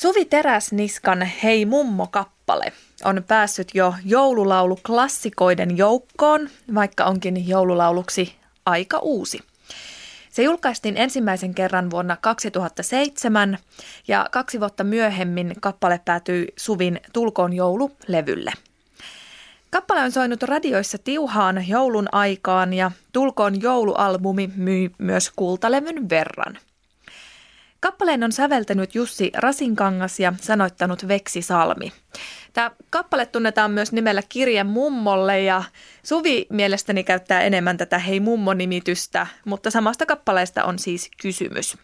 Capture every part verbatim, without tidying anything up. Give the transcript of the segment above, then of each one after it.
Suvi Teräsniskan Hei mummo-kappale on päässyt jo joululauluklassikoiden joukkoon, vaikka onkin joululauluksi aika uusi. Se julkaistiin ensimmäisen kerran vuonna kaksituhattaseitsemän ja kaksi vuotta myöhemmin kappale päätyi Suvin Tulkoon joulu-levylle. Kappale on soinut radioissa tiuhaan joulun aikaan ja Tulkoon joulualbumi myi myös kultalevyn verran. Kappaleen on säveltänyt Jussi Rasinkangas ja sanoittanut Veksi Salmi. Tämä kappale tunnetaan myös nimellä Kirje mummolle ja Suvi mielestäni käyttää enemmän tätä Hei mummo-nimitystä, mutta samasta kappaleesta on siis kysymys.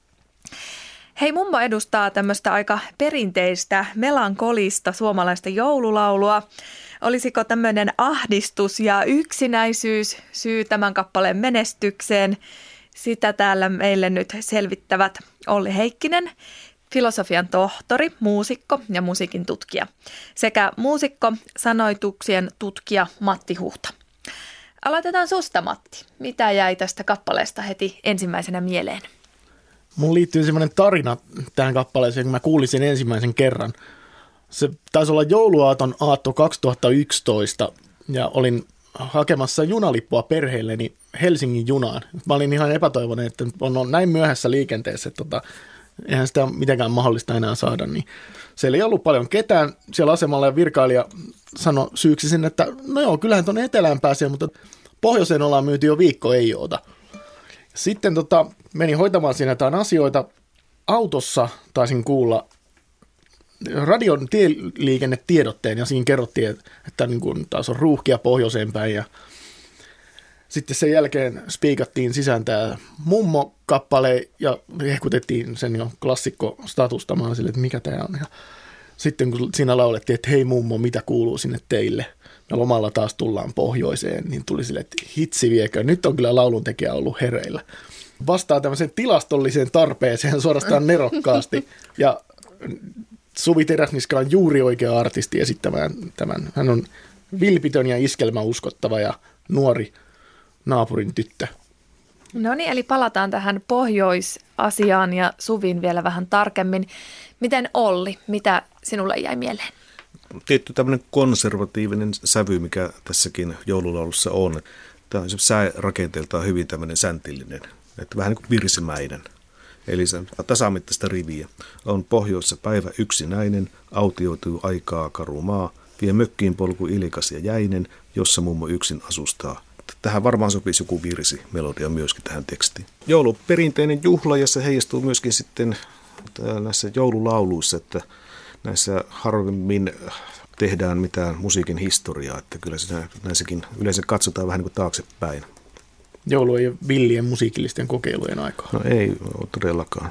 Hei mummo edustaa tämmöistä aika perinteistä, melankolista suomalaista joululaulua. Olisiko tämmöinen ahdistus ja yksinäisyys syy tämän kappaleen menestykseen? Sitä täällä meille nyt selvittävät Olli Heikkinen, filosofian tohtori, muusikko ja musiikin tutkija, sekä muusikko, sanoituksien tutkija Matti Huhta. Aloitetaan susta, Matti. Mitä jäi tästä kappaleesta heti ensimmäisenä mieleen? Mun liittyy semmoinen tarina tähän kappaleeseen, kun mä kuulin sen ensimmäisen kerran. Se taisi olla jouluaaton aatto kaksituhattayksitoista ja olin hakemassa junalippua perheelleni Helsingin junaan. Mä olin ihan epätoivoinen, että on näin myöhässä liikenteessä, että tota, eihän sitä mitenkään mahdollista enää saada. Niin siellä ei ollut paljon ketään siellä asemalla ja virkailija sanoi syyksi sinne, että no joo, kyllähän tuonne etelään pääsee, mutta pohjoiseen ollaan myyty jo viikko, ei oota. Sitten tota, menin hoitamaan siinä jotain asioita. Autossa taisin kuulla radion tieliikennetiedotteen ja siinä kerrottiin, että, että niin kuin taas on ruuhkia pohjoiseen päin ja sitten sen jälkeen spiikattiin sisään tämä mummo-kappale ja hehkutettiin sen jo klassikko-statustamaan sille, että mikä tämä on. Ja sitten kun siinä laulettiin, että hei mummo, mitä kuuluu sinne teille? Ja lomalla taas tullaan pohjoiseen, niin tuli sille, että hitsi viekö. Nyt on kyllä lauluntekijä ollut hereillä. Vastaa tämmöiseen tilastolliseen tarpeeseen suorastaan nerokkaasti ja Suvi Teräsniska on juuri oikea artisti esittämään tämän. Hän on vilpitön ja iskelmäuskottava ja nuori naapurin tyttö. No niin, eli palataan tähän pohjoisasiaan ja Suvin vielä vähän tarkemmin. Miten Olli, mitä sinulle jäi mieleen? Tietty tämmöinen konservatiivinen sävy, mikä tässäkin joululaulussa on. Tämä on säärakenteeltaan hyvin tämmöinen säntillinen, että vähän niin kuin virsimäinen. Eli se tasamittaista riviä. On pohjoissa päivä yksinäinen, autioituu aikaa karu maa, vie mökkiin polku ilikas ja jäinen, jossa mummo yksin asustaa. Tähän varmaan sopisi joku virsi, melodia myöskin tähän tekstiin. Joulu perinteinen juhla ja se heijastuu myöskin sitten näissä joululauluissa, että näissä harvemmin tehdään mitään musiikin historiaa, että kyllä se näissäkin yleensä katsotaan vähän niin kuin taaksepäin. Joulu ei ole villien musiikillisten kokeilujen aikaa. No ei ole todellakaan.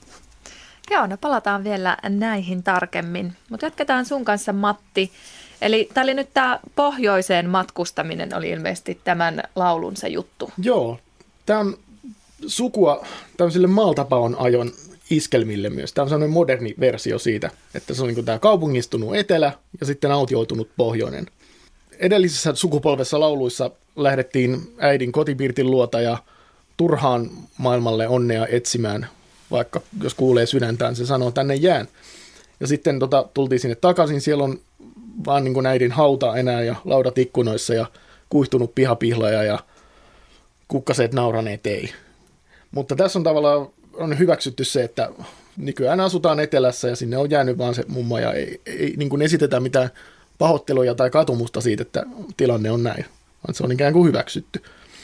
Joo, no palataan vielä näihin tarkemmin. Mutta jatketaan sun kanssa, Matti. Eli tämä oli nyt tämä pohjoiseen matkustaminen oli ilmeisesti tämän laulunsa juttu. Joo, tämä on sukua tämmöisille maaltapaon ajon iskelmille myös. Tämä on sellainen moderni versio siitä, että se on niin kuin tämä kaupungistunut etelä ja sitten autioitunut pohjoinen. Edellisessä sukupolvessa lauluissa lähdettiin äidin kotipiirtin luota ja turhaan maailmalle onnea etsimään, vaikka jos kuulee sydäntään, se sanoo tänne jään. Ja sitten tota, tultiin sinne takaisin, siellä on vaan niin kuin äidin hauta enää ja laudat ikkunoissa ja kuihtunut pihapihlaja ja kukkaset nauraneet ei. Mutta tässä on tavallaan on hyväksytty se, että nykyään asutaan etelässä ja sinne on jäänyt vaan se mummo ja ei, ei niin kuin esitetä mitään pahoitteluja tai katumusta siitä, että tilanne on näin, vaan se on ikään kuin hyväksytty.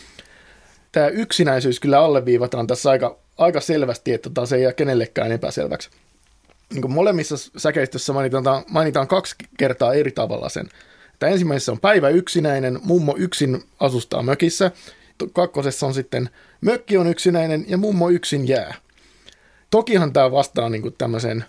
Tämä yksinäisyys kyllä alleviivataan tässä aika, aika selvästi, että tota, se ei jää kenellekään epäselväksi. Niin kuin molemmissa säkeistössä mainitaan, mainitaan kaksi kertaa eri tavalla sen. Tämä ensimmäisessä on päivä yksinäinen, mummo yksin asustaa mökissä. Kakkosessa on sitten mökki on yksinäinen ja mummo yksin jää. Tokihan tämä vastaa niin kuin tämmöisen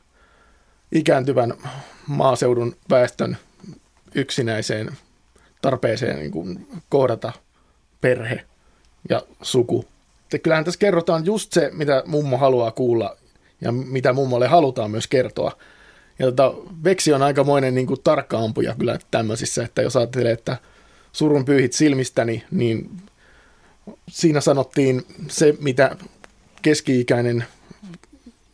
ikääntyvän maaseudun väestön yksinäiseen tarpeeseen niin kuin kohdata perhe ja suku. Että kyllähän tässä kerrotaan just se, mitä mummo haluaa kuulla ja mitä mummolle halutaan myös kertoa. Ja tota, Veksi on aikamoinen niin kuin tarkka ampuja kyllä tämmöisissä, että jos ajattelee, että surun pyyhit silmistäni, niin siinä sanottiin se, mitä keski-ikäinen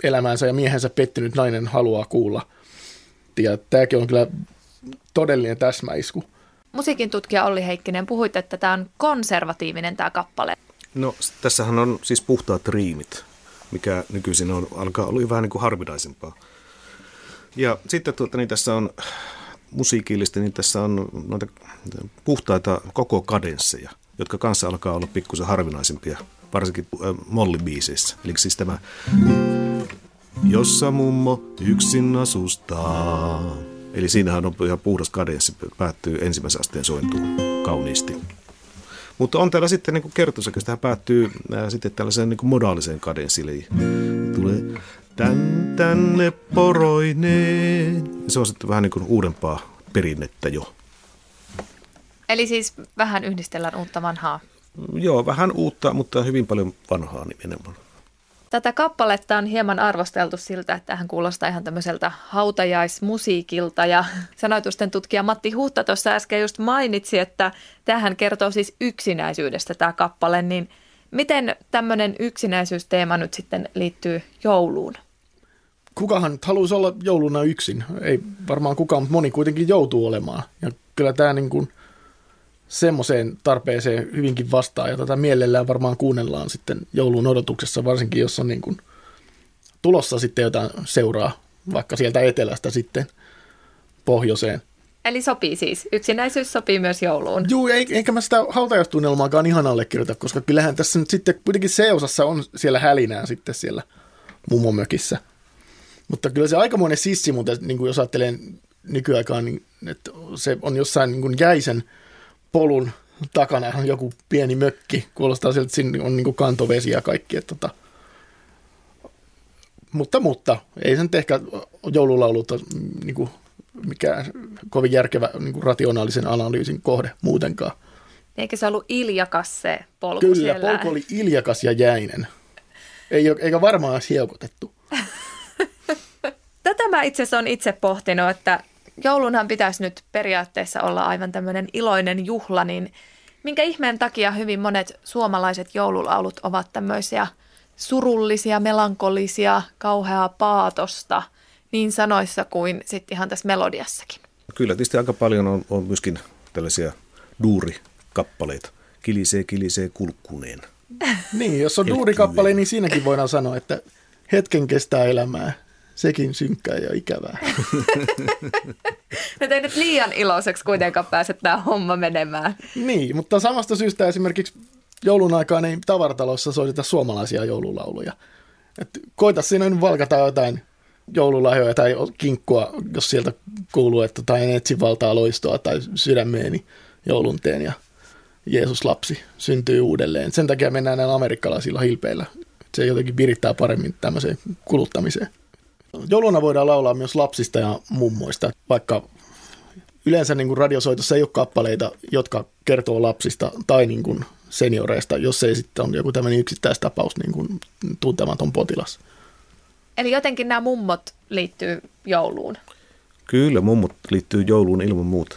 elämäänsä ja miehensä pettynyt nainen haluaa kuulla. Ja tämäkin on kyllä todellinen täsmäisku. Musiikin tutkija Olli Heikkinen, puhuit, että tämä on konservatiivinen tämä kappale. No tässähän on siis puhtaat riimit, mikä nykyisin on, alkaa olla vähän niin kuin harvinaisempaa. Ja sitten tuota, niin tässä on musiikillisesti, niin tässä on noita puhtaita koko kadensseja, jotka kanssa alkaa olla pikkusen harvinaisempia, varsinkin mollibiiseissä. Eli siis tämä, jossa mummo yksin asustaa. Eli siinähän on ihan puhdas kadenssi, päättyy ensimmäisen asteen sointuun kauniisti. Mutta on täällä sitten niin kertosäkeistä, tähän päättyy ää, sitten tällaiseen niin modaaliseen kadenssiin. Tulee tän tänne poroineen. Se on sitten vähän niin kuin uudempaa perinnettä jo. Eli siis vähän yhdistellään uutta vanhaa. Joo, vähän uutta, mutta hyvin paljon vanhaa nimenomaan. Tätä kappaletta on hieman arvosteltu siltä, että hän kuulostaa ihan tämmöiseltä hautajaismusiikilta. Ja sanoitusten tutkija Matti Huhta tuossa äsken just mainitsi, että tähän kertoo siis yksinäisyydestä tämä kappale. Niin miten tämmöinen yksinäisyysteema nyt sitten liittyy jouluun? Kukahan nyt haluaisi olla jouluna yksin? Ei varmaan kukaan, mutta moni kuitenkin joutuu olemaan. Ja kyllä tämä niin kuin semmoiseen tarpeeseen hyvinkin vastaa, ja tätä mielellään varmaan kuunnellaan sitten joulun odotuksessa, varsinkin jos on niin kuin tulossa sitten jotain seuraa, vaikka sieltä etelästä sitten pohjoiseen. Eli sopii siis. Yksinäisyys sopii myös jouluun. Joo, eikä mä sitä hautajaistunnelmaakaan ihan allekirjoita, koska kyllähän tässä nyt sitten kuitenkin C-osassa on siellä hälinää sitten siellä mummomökissä. Mutta kyllä se aikamoinen sissi, mutta niin kuin jos ajattelee nykyaikaan, niin että se on jossain niin kuin jäisen polun takana joku pieni mökki. Kuulostaa siltä, että siinä on niin kuin kantovesi ja kaikki. Että tota. Mutta, mutta ei se nyt ehkä joululaululta niin kuin mikään kovin järkevä niin kuin rationaalisen analyysin kohde muutenkaan. Eikö se ollut iljakas se polku Kyllä, siellä? Kyllä, polku oli iljakas ja jäinen. Ei, eikä varmaan olisi hiekotettu. Tätä mä itse asiassa olen itse pohtinut, että joulunhan pitäisi nyt periaatteessa olla aivan tämmöinen iloinen juhla, niin minkä ihmeen takia hyvin monet suomalaiset joululaulut ovat tämmöisiä surullisia, melankolisia, kauheaa paatosta niin sanoissa kuin sitten ihan tässä melodiassakin. Kyllä, tietysti aika paljon on, on myöskin tällaisia duurikappaleita. Kilisee, kilisee kulkkuneen. Niin, jos on duurikappale, niin siinäkin voidaan sanoa, että hetken kestää elämää. Sekin synkkää ja ikävää. Nyt ei nyt liian iloiseksi kuitenkaan pääse tämä homma menemään. Niin, mutta samasta syystä esimerkiksi joulun aikaan ei tavarataloissa soiteta suomalaisia joululauluja. Et koita siinä nyt valkata jotain joululahjoja tai kinkkua, jos sieltä kuuluu, että tai en etsi valtaa loistoa tai sydämeeni joulun teen ja Jeesus lapsi syntyy uudelleen. Sen takia mennään näillä amerikkalaisilla hilpeillä. Se jotenkin virittää paremmin tämmöiseen kuluttamiseen. Jouluna voidaan laulaa myös lapsista ja mummoista, vaikka yleensä niin kuin radiosoitossa ei ole kappaleita, jotka kertoo lapsista tai niin kuin senioreista, jos ei sitten ole joku tämmöinen yksittäistapaus, niin kuin tuntematon potilas. Eli jotenkin nämä mummot liittyy jouluun. Kyllä, mummot liittyy jouluun ilman muuta.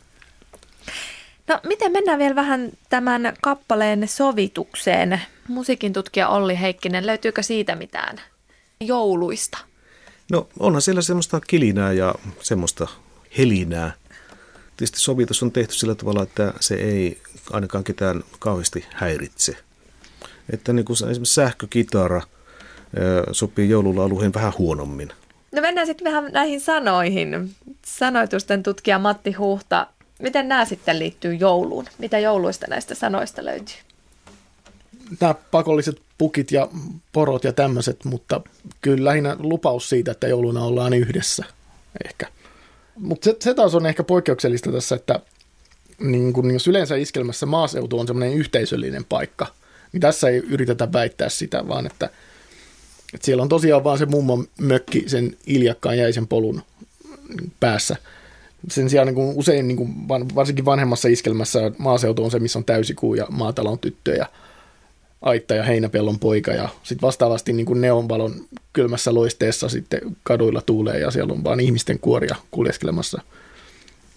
No miten mennään vielä vähän tämän kappaleen sovitukseen? Musiikin tutkija Olli Heikkinen, löytyykö siitä mitään jouluista? No onhan siellä semmoista kilinää ja semmoista helinää. Tietysti sovitus on tehty sillä tavalla, että se ei ainakaan ketään kauheasti häiritse. Että niin kuin esimerkiksi sähkökitara sopii joululauluihin vähän huonommin. No mennään sitten vähän näihin sanoihin. Sanoitusten tutkija Matti Huhta, miten nämä sitten liittyy jouluun? Mitä jouluista näistä sanoista löytyy? Nämä pakolliset pukit ja porot ja tämmöiset, mutta kyllä lähinnä lupaus siitä, että jouluna ollaan yhdessä ehkä. Mutta se, se taas on ehkä poikkeuksellista tässä, että niin kun, jos yleensä iskelmässä maaseutu on semmoinen yhteisöllinen paikka, niin tässä ei yritetä väittää sitä, vaan että, että siellä on tosiaan vaan se mummon mökki sen iljakkaan jäisen polun päässä. Sen sijaan niin kuin usein, niin kuin varsinkin vanhemmassa iskelmässä, maaseutu on se, missä on täysikuu ja maatalon tyttö ja aitta ja heinäpellon poika. Ja sitten vastaavasti niin kuin neonvalon kylmässä loisteessa sitten kaduilla tuulee ja siellä on vaan ihmisten kuoria kuljeskelemassa.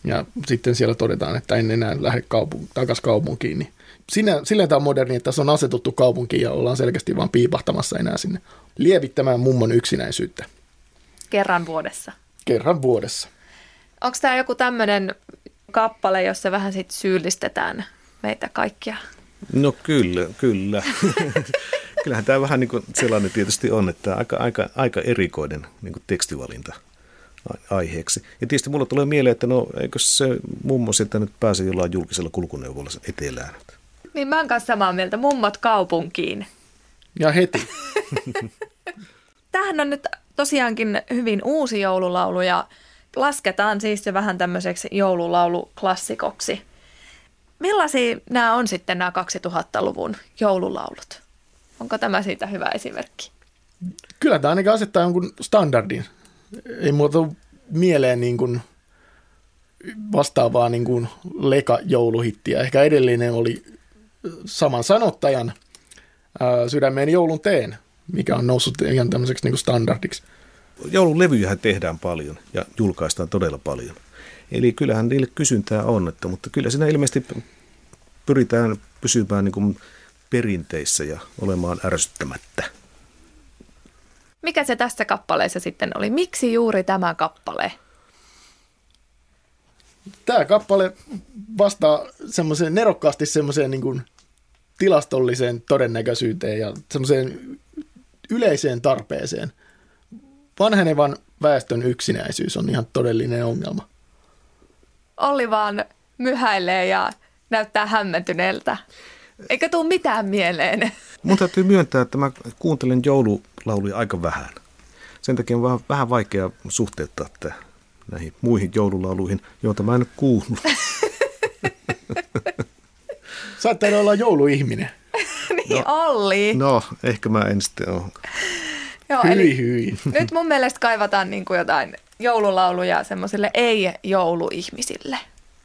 Ja sitten siellä todetaan, että en enää lähde kaupun, takaisin kaupunkiin. Niin sinä, sillä tämä on moderni, että tässä on asetuttu kaupunkiin ja ollaan selkeästi vaan piipahtamassa enää sinne lievittämään mummon yksinäisyyttä. Kerran vuodessa. Kerran vuodessa. Onko tämä joku tämmöinen kappale, jossa vähän sit syyllistetään meitä kaikkia? No kyllä, kyllä. Kyllähän tämä vähän niin kuin sellainen tietysti on, että aika, aika, aika erikoinen niin kuin tekstivalinta aiheeksi. Ja tietysti mulle tulee mieleen, että no eikö se mummo sieltä nyt pääse jollain julkisella kulkuneuvolla etelään? Niin mä oon kanssa samaa mieltä. Mummot kaupunkiin. Ja heti. Tämähän on nyt tosiaankin hyvin uusi joululaulu ja lasketaan siis se vähän tämmöiseksi joululauluklassikoksi. Millaisia nämä on sitten nämä kaksituhattaluvun joululaulut? Onko tämä siitä hyvä esimerkki? Kyllä tämä ainakin asettaa jonkun standardin. Ei muuta mieleen niin kuin vastaavaa niin kuin leka-jouluhittiä. Ehkä edellinen oli saman sanottajan ää, Sydämeen joulun teen, mikä on noussut ihan tämmöiseksi niin kuin standardiksi. Joululevyjähän tehdään paljon ja julkaistaan todella paljon. Eli kyllähän niille kysyntää on, että, mutta kyllä siinä ilmeisesti pyritään pysymään niin kuin perinteissä ja olemaan ärsyttämättä. Mikä se tässä kappaleessa sitten oli? Miksi juuri tämä kappale? Tämä kappale vastaa semmoiseen nerokkaasti semmoiseen niin kuin tilastolliseen todennäköisyyteen ja semmoiseen yleiseen tarpeeseen. Vanhenevan väestön yksinäisyys on ihan todellinen ongelma. Olli vaan myhäilee ja näyttää hämmentyneeltä. Eikä tule mitään mieleen. Mun täytyy myöntää, että mä kuuntelen joululauluja aika vähän. Sen takia on vähän, vähän vaikea suhteuttaa tämä näihin muihin joululauluihin, joita mä en ole kuullut. Sä et olla jouluihminen. Niin, no, Olli. No, ehkä mä en sitten ole. Joo, hyi, eli hyi. Nyt mun mielestä kaivataan niin kuin jotain joululauluja semmoisille ei-jouluihmisille.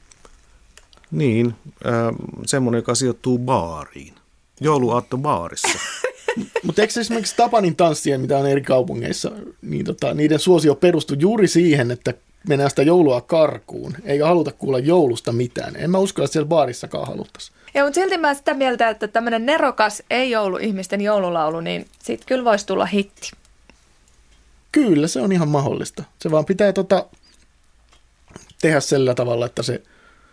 Niin, äh, semmoinen, joka sijoittuu baariin. Jouluaatto baarissa. Mutta eikö esimerkiksi Tapanin tanssien, mitä on eri kaupungeissa, niin tota, niiden suosio perustui juuri siihen, että mennään sitä joulua karkuun, eikä haluta kuulla joulusta mitään. En mä usko, että siellä baarissakaan haluttaisiin. Ja mutta silti mä sitä mieltä, että tämmöinen nerokas ei-jouluihmisten joululaulu, niin siitä kyllä voisi tulla hitti. Kyllä, se on ihan mahdollista. Se vaan pitää tota, tehdä sillä tavalla, että se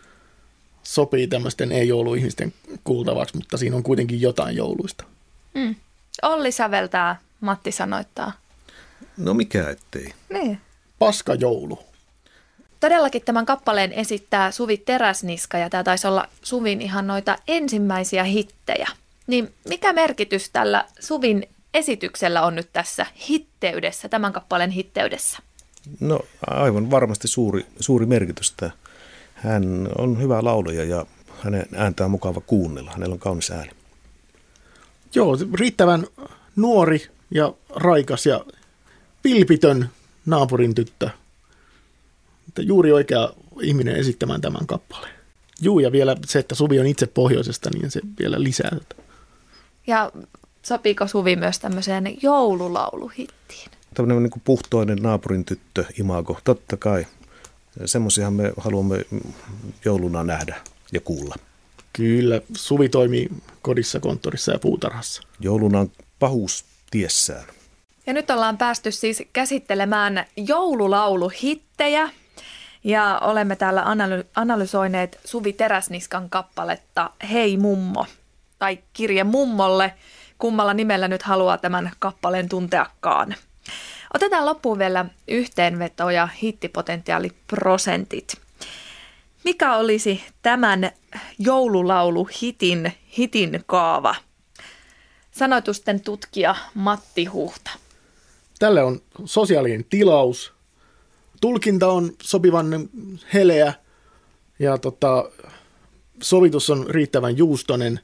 sopii tämmöisten ei-jouluihmisten kuultavaksi, mutta siinä on kuitenkin jotain jouluista. Mm. Olli säveltää, Matti sanoittaa. No mikä ettei. Niin. Paska joulu. Todellakin tämän kappaleen esittää Suvi Teräsniska ja tämä taisi olla Suvin ihan noita ensimmäisiä hittejä. Niin mikä merkitys tällä Suvin esityksellä on nyt tässä hitteydessä, tämän kappaleen hitteydessä? No aivan varmasti suuri, suuri merkitys. Hän on hyvä laulaja ja hänen ääntään on mukava kuunnella. Hänellä on kaunis ääni. Joo, riittävän nuori ja raikas ja pilpitön naapurin tyttö. Että juuri oikea ihminen esittämään tämän kappaleen. Juu, ja vielä se, että Suvi on itse pohjoisesta, niin se vielä lisää tätä. Ja sopiiko Suvi myös tämmöiseen joululauluhittiin? Tämmöinen niin kuin puhtoinen naapurin tyttö, imago, totta kai. Semmoisiahan me haluamme jouluna nähdä ja kuulla. Kyllä, Suvi toimii kodissa, konttorissa ja puutarhassa. Jouluna on pahuus tiessään. Ja nyt ollaan päästy siis käsittelemään joululauluhittejä. Ja olemme täällä analy- analysoineet Suvi Teräsniskan kappaletta Hei mummo, tai Kirje mummolle, kummalla nimellä nyt haluaa tämän kappaleen tunteakaan. Otetaan loppuun vielä yhteenveto ja hittipotentiaaliprosentit. Mikä olisi tämän joululauluhitin hitin kaava? Sanoitusten tutkija Matti Huhta. Tälle on sosiaalinen tilaus. Tulkinta on sopivan heleä ja tota, sovitus on riittävän juustoinen.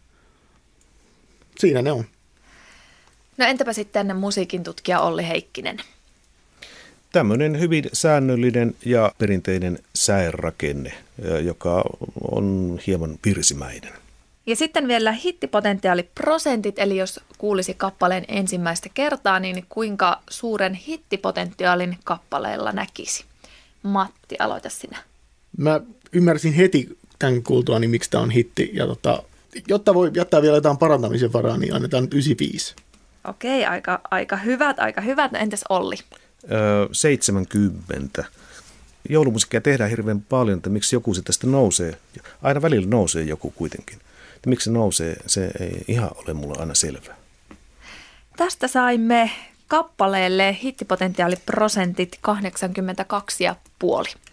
Siinä ne on. No entäpä sitten musiikin tutkija Olli Heikkinen? Tämmöinen hyvin säännöllinen ja perinteinen säerakenne, joka on hieman virsimäinen. Ja sitten vielä hittipotentiaaliprosentit, eli jos kuulisi kappaleen ensimmäistä kertaa, niin kuinka suuren hittipotentiaalin kappaleella näkisi? Matti, aloita sinä. Mä ymmärsin heti tämän kuultua, niin miksi tämä on hitti. Ja tota, jotta voi jättää vielä jotain parantamisen varaa, niin annetaan nyt yhdeksänkymmentäviisi. Okei, aika, aika hyvät, aika hyvät. No entäs Olli? Öö, seitsemänkymmentä. Joulumusiikkia tehdään hirveän paljon, että miksi joku se tästä nousee. Aina välillä nousee joku kuitenkin. Että miksi se nousee, se ei ihan ole mulle aina selvää. Tästä saimme kappaleelle hittipotentiaaliprosentit kahdeksankymmentäkaksi pilkku viisi.